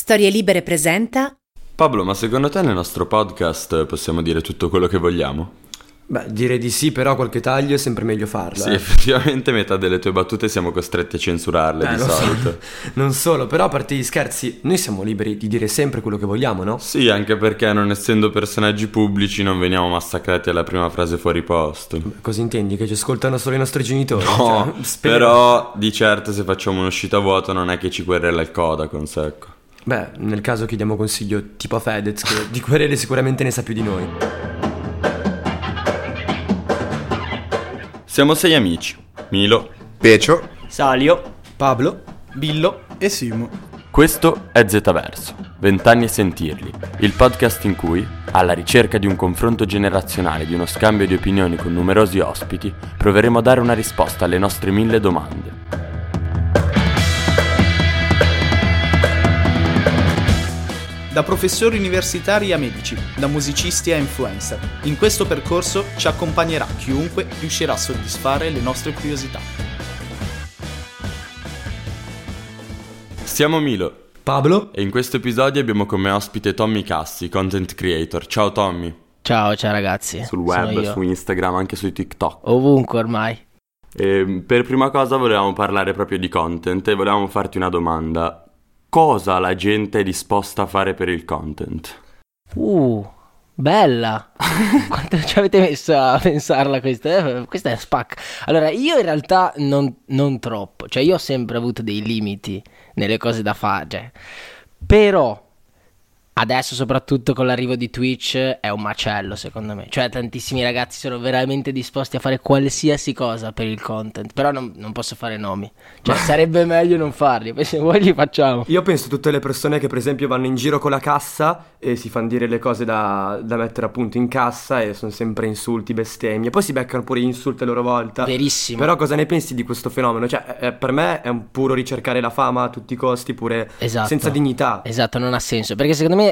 Storie Libere presenta... Pablo, ma secondo te nel nostro podcast possiamo dire tutto quello che vogliamo? Beh, direi di sì, però qualche taglio è sempre meglio farlo. Sì, effettivamente metà delle tue battute siamo costretti a censurarle di solito. Non solo, però a parte gli scherzi, noi siamo liberi di dire sempre quello che vogliamo, no? Sì, anche perché non essendo personaggi pubblici non veniamo massacrati alla prima frase fuori posto. Cosa intendi? Che ci ascoltano solo i nostri genitori? No, spero. però di certo se facciamo un'uscita a vuoto non è che ci querela il Codacons, secco. Beh, nel caso chiediamo consiglio tipo a Fedez, che di querele sicuramente ne sa più di noi. Siamo 6 amici: Milo, Pecio, Salio, Pablo? Billo. e Simo. Questo è Zetaverso, 20 anni a sentirli, il podcast in cui, alla ricerca di un confronto generazionale, di uno scambio di opinioni con numerosi ospiti, proveremo a dare una risposta alle nostre 1000 domande. Da professori universitari a medici, da musicisti a influencer, in questo percorso ci accompagnerà chiunque riuscirà a soddisfare le nostre curiosità. Siamo Milo Pablo? e in questo episodio abbiamo come ospite Tommy Cassi, content creator. Ciao Tommy. Ciao ragazzi. Sul sono web, io. su Instagram, anche su TikTok. Ovunque ormai. E per prima cosa volevamo parlare proprio di content e volevamo farti una domanda. Cosa la gente è disposta a fare per il content? Bella. Quanto ci avete messo a pensarla questa? Questa è spacca. Allora, io in realtà non troppo. Cioè, io ho sempre avuto dei limiti nelle cose da fare. Però adesso, soprattutto con l'arrivo di Twitch, è un macello secondo me. Cioè, tantissimi ragazzi sono veramente disposti a fare qualsiasi cosa per il content. Però non posso fare nomi. Cioè, sarebbe meglio non farli. Poi se vuoi li facciamo. Io penso a tutte le persone che per esempio vanno in giro con la cassa e si fanno dire le cose da mettere appunto in cassa e sono sempre insulti, bestemmie. Poi si beccano pure gli insulti a loro volta. Verissimo. Però cosa ne pensi di questo fenomeno? Cioè, per me è un puro ricercare la fama a tutti i costi, pure Esatto. senza dignità. Esatto, non ha senso. Perché secondo me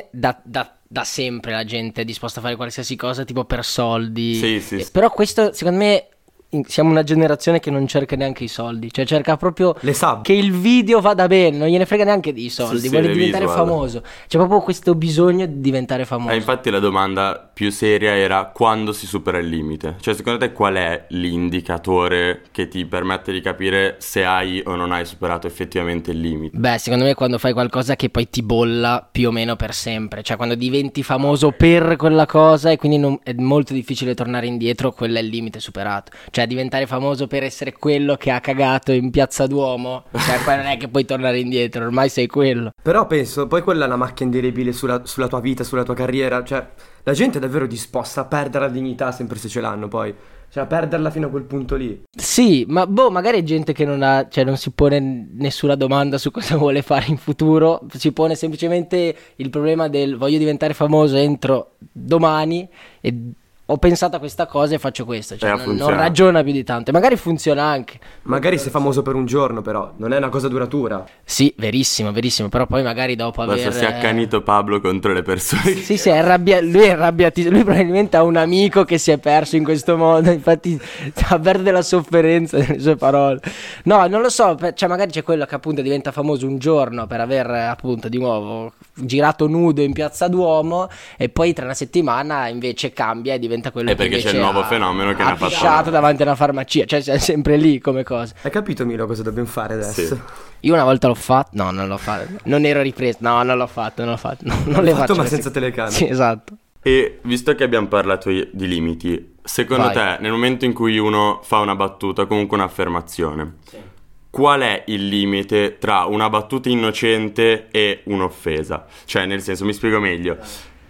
da sempre la gente è disposta a fare qualsiasi cosa tipo per soldi. Sì. Però questo secondo me siamo una generazione che non cerca neanche i soldi. Cioè cerca proprio Le sub. che il video vada bene. Non gliene frega neanche di soldi. Sì, vuole le diventare visual. famoso. C'è proprio questo bisogno di diventare famoso. Infatti la domanda più seria era quando si supera il limite. Cioè secondo te qual è l'indicatore che ti permette di capire se hai o non hai superato effettivamente il limite? Beh, secondo me quando fai qualcosa che poi ti bolla più o meno per sempre. Cioè quando diventi famoso per quella cosa e quindi è molto difficile tornare indietro, quello è il limite superato. Cioè diventare famoso per essere quello che ha cagato in Piazza Duomo, cioè poi non è che puoi tornare indietro, ormai sei quello. Però penso, poi quella è una macchia indelebile sulla tua vita, sulla tua carriera. Cioè, la gente è davvero disposta a perdere la dignità sempre se ce l'hanno poi. Cioè, a perderla fino a quel punto lì. Sì, ma magari è gente che non si pone nessuna domanda su cosa vuole fare in futuro, si pone semplicemente il problema del voglio diventare famoso entro domani e ho pensato a questa cosa e faccio questo, cioè non ragiona più di tanto e magari funziona anche. Magari sei famoso per un giorno, però non è una cosa duratura. Sì, verissimo, però poi magari dopo Adesso si è accanito Pablo contro le persone. Sì, lui è arrabbiatissimo, lui probabilmente ha un amico che si è perso in questo modo, infatti avverte la sofferenza delle sue parole. No, non lo so, cioè magari c'è quello che appunto diventa famoso un giorno per aver appunto di nuovo girato nudo in Piazza Duomo e poi tra una settimana invece cambia e diventa quello che perché invece c'è il nuovo fenomeno che ne ha fatto pisciato davanti a una farmacia, cioè siamo sempre lì come cosa. Hai capito, Milo, cosa dobbiamo fare adesso? Sì. Io una volta l'ho fatto, no, non l'ho fatto, non ero ripreso, no, non l'ho fatto, non le faccio. Ma senza telecamera. Sì, esatto. E visto che abbiamo parlato di limiti, secondo Vai. te nel momento in cui uno fa una battuta, comunque un'affermazione, qual è il limite tra una battuta innocente e un'offesa? Cioè, nel senso, mi spiego meglio.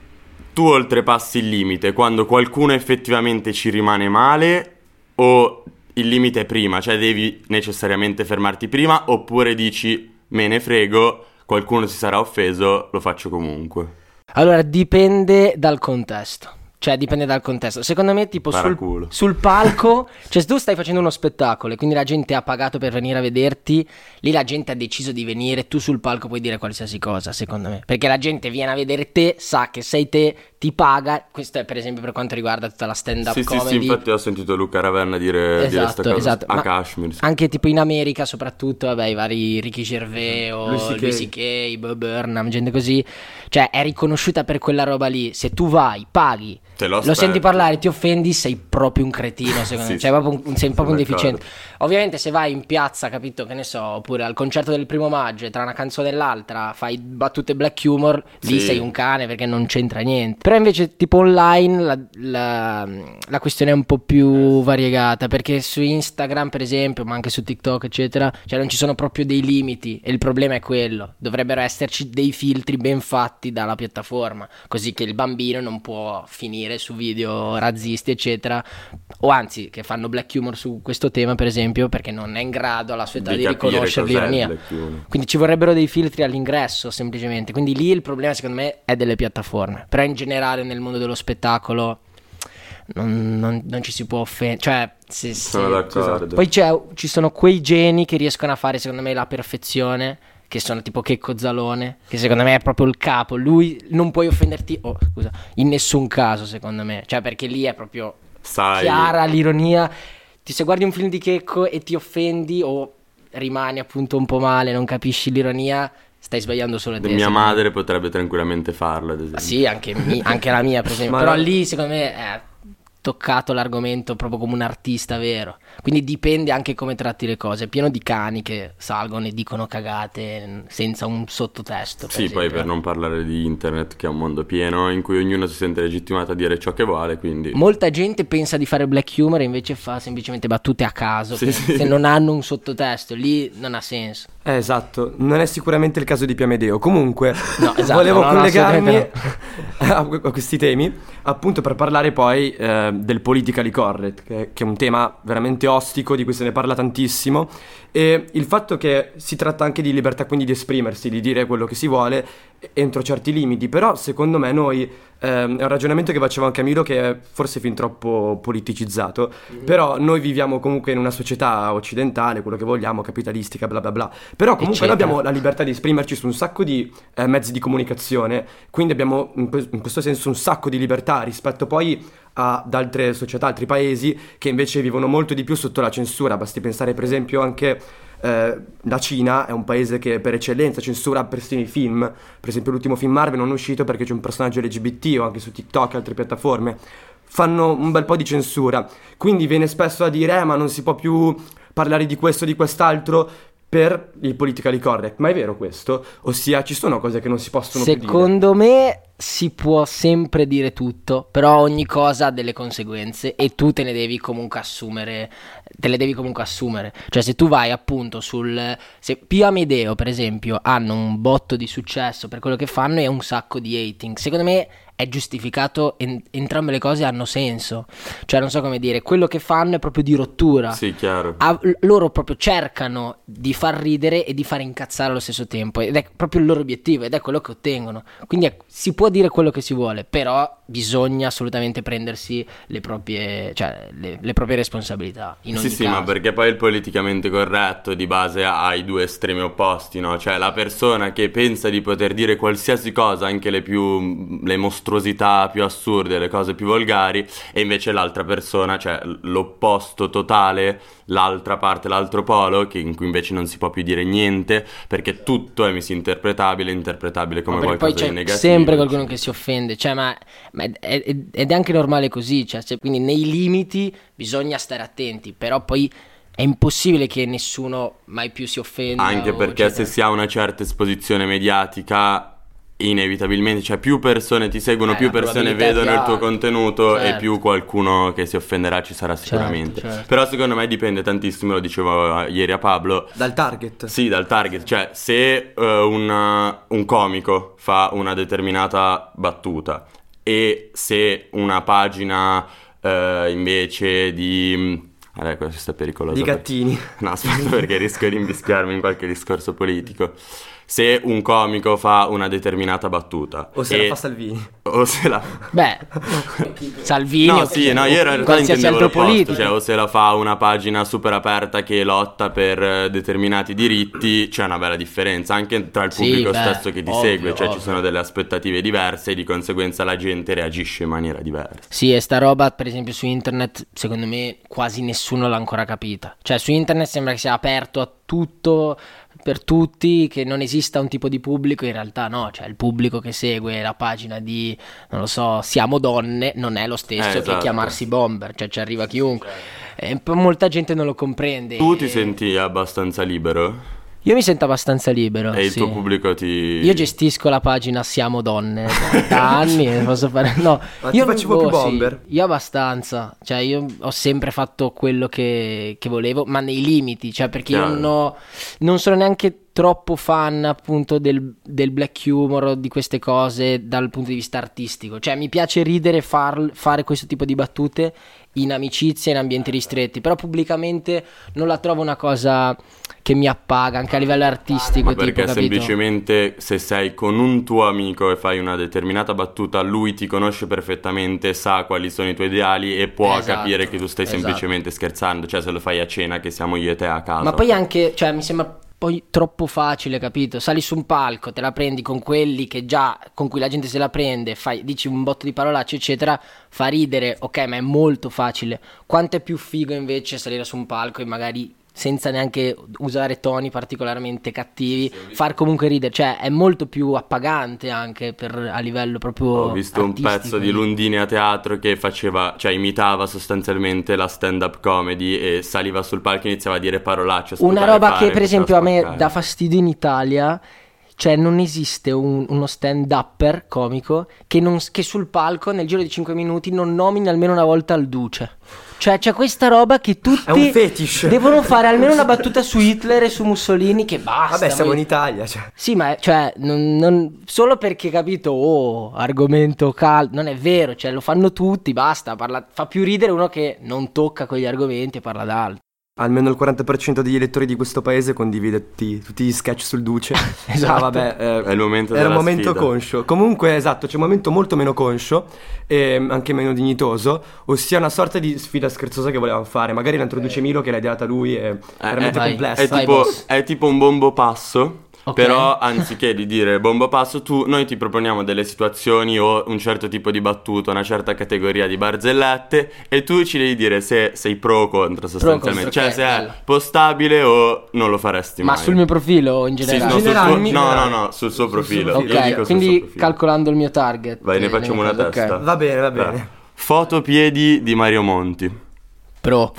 Tu oltrepassi il limite quando qualcuno effettivamente ci rimane male o il limite è prima? Cioè devi necessariamente fermarti prima oppure dici me ne frego, qualcuno si sarà offeso, lo faccio comunque? Allora, dipende dal contesto. Cioè dipende dal contesto. Secondo me tipo Paraculo. sul palco, cioè se tu stai facendo uno spettacolo e quindi la gente ha pagato per venire a vederti, lì la gente ha deciso di venire, tu sul palco puoi dire qualsiasi cosa, secondo me. Perché la gente viene a vedere te, sa che sei te, ti paga. Questo è per esempio per quanto riguarda tutta la stand-up comedy. Sì, infatti ho sentito Luca Ravenna dire sta cosa esatto. a Ma Kashmir. anche tipo in America soprattutto, vabbè, i vari Ricky Gervais o Louis C.K., Bob Burnham, gente così. Cioè è riconosciuta per quella roba lì. Se tu vai, paghi, lo senti parlare, ti offendi, sei proprio un cretino, secondo me. Cioè sei proprio un deficiente. Ovviamente se vai in piazza, capito, che ne so, oppure al concerto del 1° maggio e tra una canzone e l'altra fai battute black humor, lì sei un cane perché non c'entra niente. Però invece tipo online la questione è un po' più variegata, perché su Instagram per esempio, ma anche su TikTok eccetera, cioè non ci sono proprio dei limiti e il problema è quello. Dovrebbero esserci dei filtri ben fatti dalla piattaforma, così che il bambino non può finire su video razzisti eccetera, o anzi che fanno black humor su questo tema per esempio, perché non è in grado alla sua età di riconoscere l'ironia. Quindi ci vorrebbero dei filtri all'ingresso semplicemente. Quindi lì il problema secondo me è delle piattaforme. Però in generale nel mondo dello spettacolo non ci si può offendere. Cioè sono d'accordo. Poi ci sono quei geni che riescono a fare secondo me la perfezione, che sono tipo Checco Zalone, che secondo me è proprio il capo. Lui non puoi offenderti in nessun caso secondo me, cioè perché lì è proprio chiara l'ironia. Se guardi un film di Checco e ti offendi o rimani appunto un po' male, non capisci l'ironia, stai sbagliando solo te. Mia madre potrebbe tranquillamente farlo, ad esempio. Sì, anche la mia per esempio. Però lì secondo me è toccato l'argomento proprio come un artista vero. Quindi dipende anche come tratti le cose. È pieno di cani che salgono e dicono cagate senza un sottotesto. Sì, poi per non parlare di internet, che è un mondo pieno in cui ognuno si sente legittimato a dire ciò che vuole, quindi molta gente pensa di fare black humor e invece fa semplicemente battute a caso, se non hanno un sottotesto. Lì non ha senso. Esatto, non è sicuramente il caso di Piamedeo. Comunque volevo collegarmi a questi temi appunto per parlare poi del politically correct, che è un tema veramente ostico, di cui se ne parla tantissimo, e il fatto che si tratta anche di libertà, quindi di esprimersi, di dire quello che si vuole entro certi limiti. Però secondo me noi è un ragionamento che faceva anche Camilo, che è forse fin troppo politicizzato, però noi viviamo comunque in una società occidentale, quello che vogliamo, capitalistica, bla bla bla, però comunque noi abbiamo la libertà di esprimerci su un sacco di mezzi di comunicazione, quindi abbiamo in questo senso un sacco di libertà rispetto poi ad altre società, altri paesi che invece vivono molto di più sotto la censura. Basti pensare per esempio anche la Cina è un paese che per eccellenza censura persino i film. Per esempio l'ultimo film Marvel non è uscito perché c'è un personaggio LGBT, o anche su TikTok e altre piattaforme fanno un bel po' di censura, quindi viene spesso a dire ma non si può più parlare di questo o di quest'altro per il politically correct. Ma è vero questo? Ossia ci sono cose che non si possono più dire? Secondo me si può sempre dire tutto, però ogni cosa ha delle conseguenze e tu te le devi comunque assumere. Cioè se tu vai appunto se Pio Amedeo per esempio hanno un botto di successo per quello che fanno e un sacco di hating, secondo me è giustificato, entrambe le cose hanno senso. Cioè non so come dire, quello che fanno è proprio di rottura. Sì, chiaro. Loro proprio cercano di far ridere e di far incazzare allo stesso tempo, ed è proprio il loro obiettivo ed è quello che ottengono. Quindi si può dire quello che si vuole, però bisogna assolutamente prendersi le proprie responsabilità in ogni caso. Sì, ma perché poi il politicamente corretto di base ha i due estremi opposti, no? Cioè la persona che pensa di poter dire qualsiasi cosa, anche le mostruosità più assurde, le cose più volgari, e invece l'altra persona, cioè l'opposto totale, l'altra parte, l'altro polo, in cui invece non si può più dire niente perché tutto è misinterpretabile, interpretabile come qualcosa di negativo. Poi c'è sempre qualcuno che si offende, cioè ma ed è anche normale così, cioè, quindi nei limiti bisogna stare attenti, però poi è impossibile che nessuno mai più si offenda. Anche perché eccetera. se si ha una certa esposizione mediatica, inevitabilmente, cioè più persone ti seguono, più persone vedono il tuo contenuto, certo, e più qualcuno che si offenderà ci sarà sicuramente. Certo. Però secondo me dipende tantissimo, lo dicevo ieri a Pablo, dal target. Sì, dal target. Cioè se un comico fa una determinata battuta e se una pagina invece di... questa è pericolosa. Di gattini. No, aspetta, perché rischio di imbischiarmi in qualche discorso politico. se un comico fa una determinata battuta O se la fa Salvini. o se la Beh, Salvini no, o sì, no, io in realtà qualsiasi intendevo altro l'opposto, politico. cioè o se la fa una pagina super aperta che lotta per determinati diritti, c'è una bella differenza anche tra il Sì, pubblico beh, stesso che ti ovvio, segue, cioè ovvio. ci sono delle aspettative diverse e di conseguenza la gente reagisce in maniera diversa. Sì, e sta roba, per esempio, su internet, secondo me quasi nessuno l'ha ancora capita. Cioè, su internet sembra che sia aperto a tutto, per tutti, che non esista un tipo di pubblico, in realtà no, cioè il pubblico che segue la pagina di, non lo so, Siamo Donne, non è lo stesso che esatto. chiamarsi Bomber, cioè ci arriva chiunque. E molta gente non lo comprende. Tu ti senti abbastanza libero? Io mi sento abbastanza libero, E il sì. tuo pubblico ti... Io gestisco la pagina Siamo Donne da anni, posso fare... No, Ma ti facevo più bomber? Io abbastanza, cioè io ho sempre fatto quello che volevo, ma nei limiti, cioè perché Chiaro. non sono neanche troppo fan appunto del black humor o di queste cose dal punto di vista artistico. Cioè mi piace ridere, fare questo tipo di battute in amicizia, in ambienti ristretti, però pubblicamente non la trovo una cosa che mi appaga anche a livello artistico, Ma perché tipo, capito? semplicemente se sei con un tuo amico e fai una determinata battuta, lui ti conosce perfettamente, sa quali sono i tuoi ideali e può Esatto, capire che tu stai esatto. semplicemente scherzando. Cioè se lo fai a cena che siamo io e te a casa. Ma poi anche, cioè mi sembra poi troppo facile, capito? Sali su un palco, te la prendi con quelli che già, con cui la gente se la prende, dici un botto di parolacce eccetera, fa ridere, ok, ma è molto facile. Quanto è più figo invece salire su un palco e magari senza neanche usare toni particolarmente cattivi, far comunque ridere, cioè è molto più appagante anche a livello proprio Ho visto un artistico. pezzo di Lundini a teatro che faceva, cioè imitava sostanzialmente la stand-up comedy e saliva sul palco e iniziava a dire parolacce. a Una sputare roba fare, che per esempio a me spaccare. dà fastidio in Italia, cioè non esiste uno stand-upper comico che sul palco nel giro di 5 minuti non nomini almeno una volta il duce. Cioè c'è questa roba che tutti È un fetish. devono fare almeno una battuta su Hitler e su Mussolini, che basta. Vabbè, siamo voi- in Italia, cioè. Sì, ma cioè solo perché, capito, argomento caldo, non è vero, cioè lo fanno tutti, basta, fa più ridere uno che non tocca quegli argomenti e parla d'altro. Almeno il 40% degli elettori di questo paese condivide tutti gli sketch sul duce. Esatto. No, vabbè, È il momento era un della momento sfida. conscio. Comunque, esatto, c'è un momento molto meno conscio e anche meno dignitoso, ossia una sorta di sfida scherzosa che volevamo fare. Magari la introduce Milo, che l'ha ideata lui, è veramente vai. complessa. Vai, boss. È tipo un bombo passo. Ok. Però anziché di dire bombo passo, noi ti proponiamo delle situazioni o un certo tipo di battuta, una certa categoria di barzellette e tu ci devi dire se sei pro o contro sostanzialmente. contro, Cioè ok, se è bello. postabile o non lo faresti Ma mai. sul mio profilo o in Sì, generale? no, sul generale, suo- in no, generale. no, sul suo profilo. Ok, Io dico sul suo quindi profilo. calcolando il mio target. Vai, ne facciamo una ok. testa. Va bene, va Dai. bene. Fotopiedi di Mario Monti. Pro.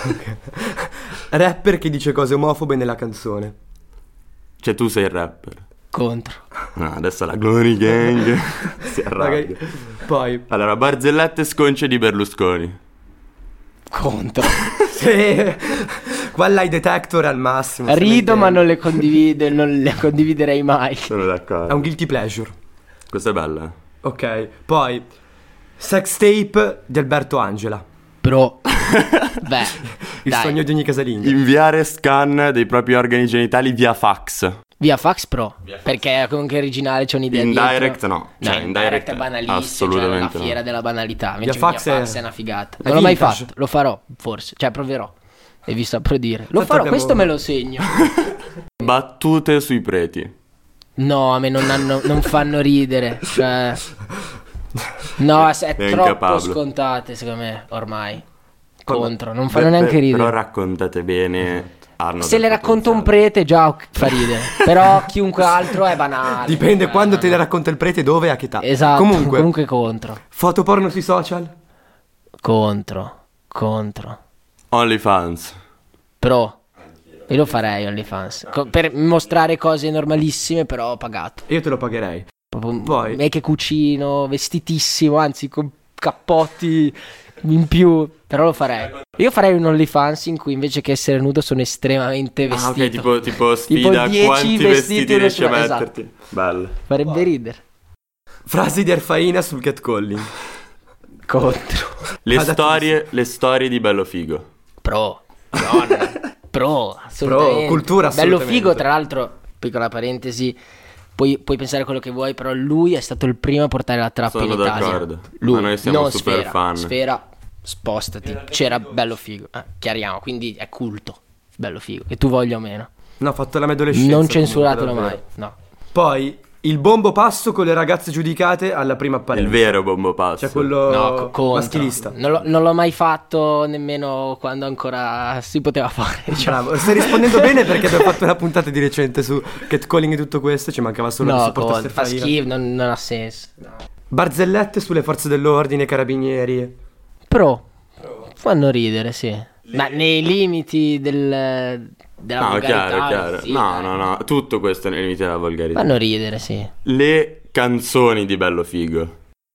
Rapper che dice cose omofobe nella canzone. Cioè tu sei il rapper. Contro. No, adesso la Glory Gang si arrabbia. Magari- Poi, Allora, barzellette sconce di Berlusconi. Contro. sì, qua l'high detector al massimo. Rido ma non... non le condivido, non le condividerei mai. Sono È d'accordo. un guilty pleasure. Questa è bella. Ok, poi sex tape di Alberto Angela. Pro. Beh, Il dai. sogno di ogni casalinga. Inviare scan dei propri organi genitali via fax. Via fax pro. Perché comunque originale c'è un'idea Indirect dietro. no. No, Cioè, indirect è banalissimo. assolutamente Cioè, la fiera della banalità. Invece Via fax via fax è- è una figata. è Non l'ho mai vintage. fatto. Lo farò, forse. Cioè, proverò. E vi saprò dire. Lo Tanto farò, abbiamo- questo me lo segno. Battute sui preti. No, a me non fanno ridere. Cioè... No, è Neanche troppo a Pablo. scontate, secondo me, ormai. Vabbè. Contro, non fanno neanche ridere. Però raccontate bene. hanno Se del le racconta un potenziale. prete già fa ridere. Però chiunque altro è banale. Dipende Cioè, quando no, te le no. racconta il prete, dove e a che età. Esatto, Comunque, contro. foto porno sui social? Contro. OnlyFans. Pro. Io lo farei OnlyFans. Per mostrare cose normalissime, però pagato. Io te lo pagherei. Proprio Poi? me che cucino, vestitissimo, anzi con cappotti in più. Però lo farei. Io farei un OnlyFans in cui invece che essere nudo sono estremamente vestito. Ah, ok, tipo sfida 10 quanti vestiti vestiti riesci a uno- esatto. metterti. Bello. Farebbe ridere. Frasi di Erfaina sul catcalling. Contro. Le storie di Bello Figo. Pro. Madonna. Pro, assolutamente. Pro, cultura, Bello assolutamente. figo, tra l'altro, piccola parentesi, puoi pensare quello che vuoi, però lui è stato il primo a portare la trap in Italia. Sono d'accordo. Lui, ma noi siamo non super Sfera. fan. Sfera, spostati. C'era Bello Figo. Chiariamo, quindi è culto. Bello Figo, che tu voglia o meno. No, ho fatto la mia adolescenza. Non censuratelo comunque, mai. davvero. No. Poi il bombo passo con le ragazze giudicate alla prima apparenza. Il vero bombo passo. Cioè quello No, contro. maschilista. Non l'ho mai fatto nemmeno quando ancora si poteva fare. Diciamo. Bravo, stai rispondendo bene perché abbiamo fatto una puntata di recente su catcalling e tutto questo. Ci mancava solo che No, si portasse fa farina. schifo, non ha senso. No. Barzellette sulle forze dell'ordine, carabinieri. Fanno ridere, sì. Ma nei limiti della No, volgarità, chiaro. sì, no, dai. no. Tutto questo è nei limiti della volgarità. Fanno ridere, sì. Le canzoni di Bello Figo.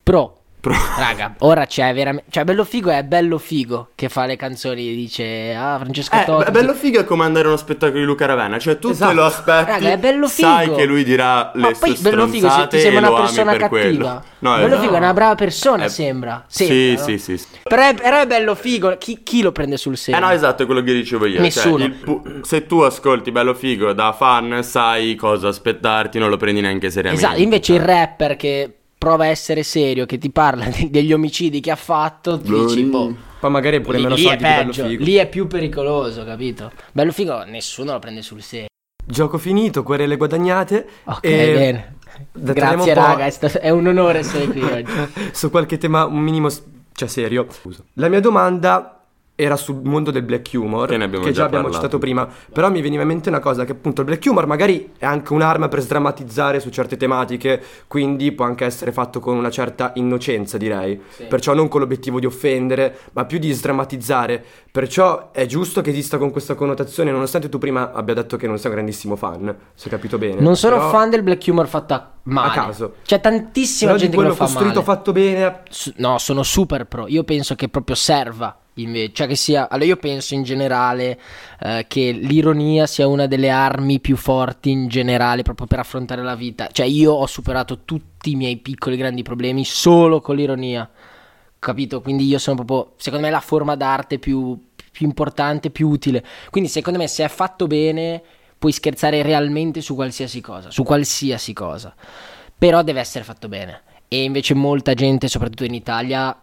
Raga, ora c'è veramente. Cioè, Bello Figo è Bello Figo che fa le canzoni e dice: Ah, Francesco Totti. Bello Figo è come andare a uno spettacolo di Luca Ravenna. Cioè, tu Esatto. te lo aspetti. Raga, è Bello Figo. Sai che lui dirà Ma le poi sue Bello Figo, se stronzate ti sembra e una lo ami persona per cattiva. quello. No, Bello no. Figo è una brava persona, È- sembra. Sì, Sembra, no? sì. Però è Bello Figo. Chi lo prende sul serio? No, esatto, è quello che dicevo io. Nessuno. Cioè, se tu ascolti Bello Figo da fan, sai cosa aspettarti, non lo prendi neanche seriamente. Esatto, invece il rapper che prova a essere serio, che ti parla degli omicidi che ha fatto, ti dici, boh. Poi magari pure meno Lì è soldi di Bello peggio, Figo. lì è più pericoloso, capito? Bello Figo nessuno lo prende sul serio. Gioco finito, querele guadagnate. Ok, e bene. Trattariamo Grazie un po' raga, è un onore essere qui oggi. su qualche tema un minimo cioè serio. La mia domanda era sul mondo del black humor, Che ne abbiamo che già abbiamo parlato. citato prima, però mi veniva in mente una cosa, che appunto il black humor magari è anche un'arma per sdrammatizzare su certe tematiche, quindi può anche essere fatto con una certa innocenza, direi, perciò non con l'obiettivo di offendere, ma più di sdrammatizzare, perciò è giusto che esista con questa connotazione, nonostante tu prima abbia detto che non sei un grandissimo fan, se ho capito bene. Non sono Però fan del black humor fatta male. a caso. C'è tantissima Però di gente che lo quello fa costruito, male. fatto bene. No, sono super pro. Io penso che proprio serva invece, cioè che sia. Allora, io penso in generale che l'ironia sia una delle armi più forti in generale proprio per affrontare la vita. Cioè, io ho superato tutti i miei piccoli grandi problemi solo con l'ironia. Capito? Quindi io sono proprio, secondo me, la forma d'arte più importante, più utile. Quindi, secondo me, se è fatto bene, puoi scherzare realmente su qualsiasi cosa. Su qualsiasi cosa. Però deve essere fatto bene. E invece molta gente, soprattutto in Italia,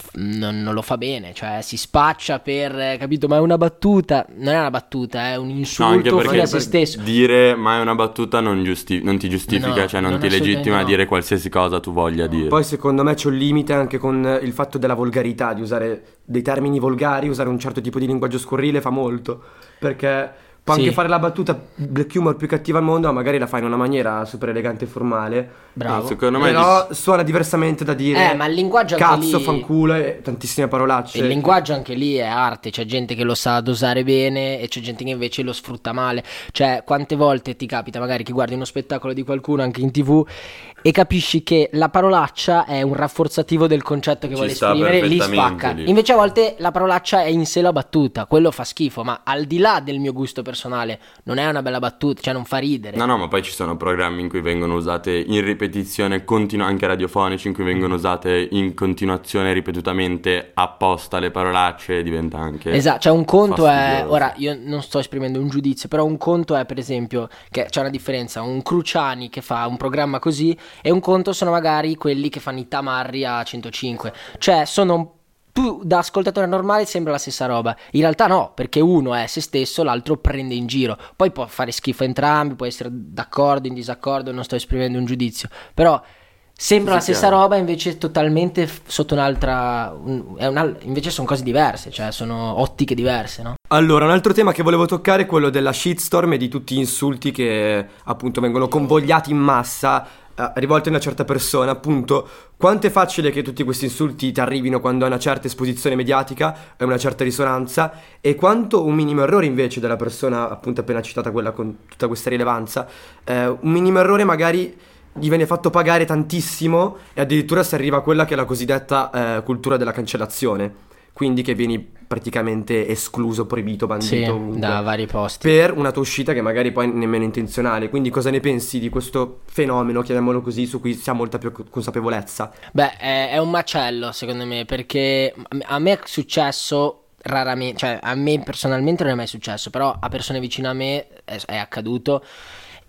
non lo fa bene, cioè si spaccia per, capito, ma è una battuta, non è una battuta, è un No, anche insulto fine perché a se stesso. dire ma è una battuta non ti giustifica, No, cioè non non ti legittima assolutamente a no. dire qualsiasi cosa tu voglia dire. Poi secondo me c'è un limite anche con il fatto della volgarità, di usare dei termini volgari, usare un certo tipo di linguaggio scurrile fa molto, perché può Sì. anche fare la battuta black humor più cattiva al mondo, ma magari la fa in una maniera super elegante e formale. Bravo. No, secondo me Però suona diversamente da dire Ma il linguaggio anche cazzo, lì- fanculo e tantissime parolacce. Il linguaggio anche lì è arte, c'è gente che lo sa dosare bene e c'è gente che invece lo sfrutta male. Cioè, quante volte ti capita magari che guardi uno spettacolo di qualcuno anche in TV e capisci che la parolaccia è un rafforzativo del concetto che Ci vuole sta esprimere, lì perfettamente spacca. lì. Invece a volte la parolaccia è in sé la battuta, quello fa schifo, ma al di là del mio gusto personale non è una bella battuta, cioè non fa ridere. No, ma poi ci sono programmi in cui vengono usate in ripetizione continua, anche radiofonici, in cui vengono usate in continuazione ripetutamente apposta le parolacce, diventa anche Esatto, cioè un conto è, fastidioso. ora io non sto esprimendo un giudizio, però un conto è per esempio che c'è una differenza, un Cruciani che fa un programma così e un conto sono magari quelli che fanno i tamarri a 105, cioè sono, tu da ascoltatore normale sembra la stessa roba, in realtà no, perché uno è se stesso, l'altro prende in giro, poi può fare schifo entrambi, può essere d'accordo, in disaccordo, non sto esprimendo un giudizio, però sembra Sì, la sì, stessa chiaro. roba, invece totalmente sotto un'altra. Invece sono cose diverse, cioè sono ottiche diverse, no? Allora, un altro tema che volevo toccare è quello della shitstorm e di tutti gli insulti che appunto vengono convogliati in massa rivolti a una certa persona. Appunto, quanto è facile che tutti questi insulti ti arrivino quando hai una certa esposizione mediatica e una certa risonanza, e quanto un minimo errore invece della persona appunto appena citata, quella con tutta questa rilevanza, un minimo errore magari gli viene fatto pagare tantissimo e addirittura si arriva a quella che è la cosiddetta cultura della cancellazione, quindi che vieni praticamente escluso, proibito, bandito Sì, ovunque, da vari posti. per una tua uscita che magari poi nemmeno intenzionale. Quindi cosa ne pensi di questo fenomeno, chiamiamolo così, su cui si ha molta più consapevolezza? Beh, è un macello secondo me, perché a me è successo raramente, cioè a me personalmente non è mai successo, però a persone vicine a me è accaduto.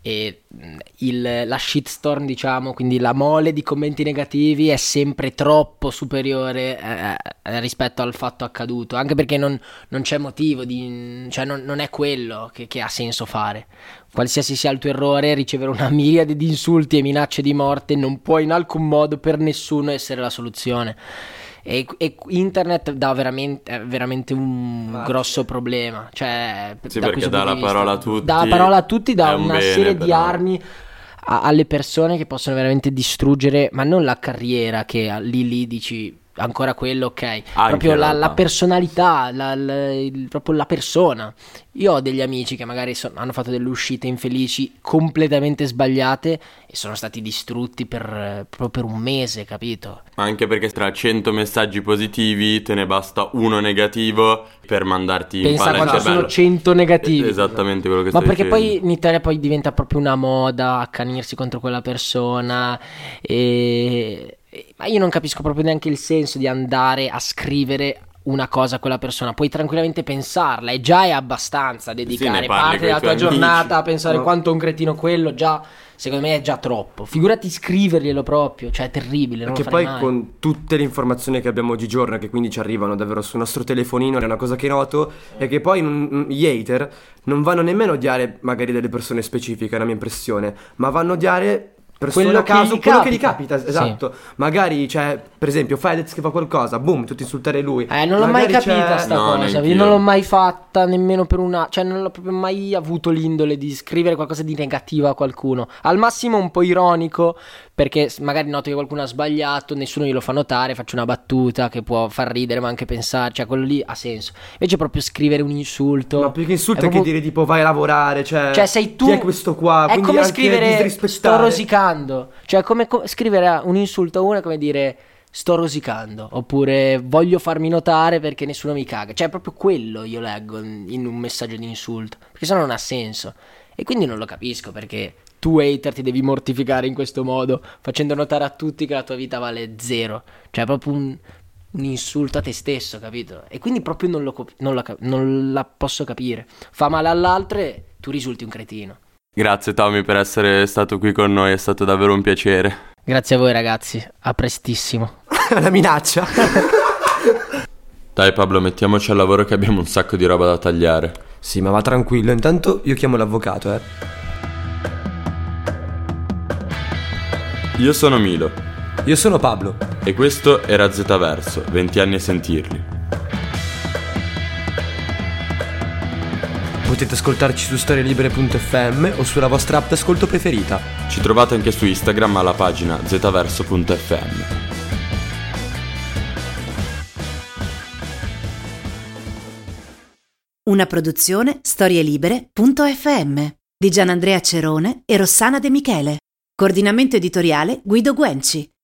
e la shitstorm, diciamo, quindi la mole di commenti negativi è sempre troppo superiore rispetto al fatto accaduto, anche perché non c'è motivo cioè non è quello che ha senso fare. Qualsiasi sia il tuo errore, ricevere una miriade di insulti e minacce di morte non può in alcun modo per nessuno essere la soluzione. E internet dà veramente un grosso problema, cioè, sì, perché dà la parola a tutti, dà una serie di armi alle persone che possono veramente distruggere, ma non la carriera, che lì dici ancora quello, ok, proprio la personalità, proprio la persona. Io ho degli amici che magari hanno fatto delle uscite infelici completamente sbagliate e sono stati distrutti proprio per un mese, capito? Anche perché tra 100 messaggi positivi te ne basta uno negativo per mandarti in pensa palla il quando cervello. sono 100 negativi. Esattamente quello che ma stai perché dicendo. poi in Italia poi diventa proprio una moda accanirsi contro quella persona ma io non capisco proprio neanche il senso di andare a scrivere una cosa a quella persona. Puoi tranquillamente pensarla, e già è abbastanza dedicare parte della tua giornata a pensare quanto è un cretino quello, già secondo me è già troppo. Figurati scriverglielo proprio, cioè è terribile, non Perché lo farei poi mai. con tutte le informazioni che abbiamo oggigiorno, che quindi ci arrivano davvero sul nostro telefonino, è una cosa che noto è che poi gli hater non vanno nemmeno a odiare magari delle persone specifiche, è la mia impressione, ma vanno a odiare persone Quello a caso, che gli quello che gli capita. capita, esatto. Magari c'è, per esempio, Fedez che fa qualcosa, boom, tutti insultare lui. Non l'ho mai Magari capita c'è- sta No, cosa, neanch'io. io non l'ho mai fatta nemmeno per cioè non l'ho proprio mai avuto l'indole di scrivere qualcosa di negativo a qualcuno. Al massimo un po' ironico, perché magari noto che qualcuno ha sbagliato, nessuno glielo fa notare, faccio una battuta che può far ridere ma anche pensare, cioè quello lì ha senso. Invece proprio scrivere un insulto, Ma più che insulto è proprio- che dire tipo vai a lavorare, cioè sei tu. chi è questo qua? È Quindi come anche scrivere sto disrispettare. rosicando. Cioè come scrivere un insulto a uno è come dire sto rosicando, oppure voglio farmi notare perché nessuno mi caga. Cioè proprio quello io leggo in un messaggio di insulto, perché sennò non ha senso. E quindi non lo capisco perché tu hater ti devi mortificare in questo modo, facendo notare a tutti che la tua vita vale zero. Cioè proprio un insulto a te stesso, capito? E quindi proprio non la posso capire. Fa male all'altro e tu risulti un cretino. Grazie Tommy per essere stato qui con noi, è stato davvero un piacere. Grazie a voi ragazzi, a prestissimo. Una minaccia. Dai Pablo, mettiamoci al lavoro che abbiamo un sacco di roba da tagliare. Sì, ma va tranquillo, intanto io chiamo l'avvocato, Io sono Milo Io sono Pablo. e questo era Zetaverso, 20 anni a sentirli. Potete ascoltarci su storielibere.fm o sulla vostra app d'ascolto preferita. Ci trovate anche su Instagram alla pagina zetaverso.fm. Una produzione storielibere.fm di Gianandrea Cerone e Rossana De Michele. Coordinamento editoriale Guido Guenci.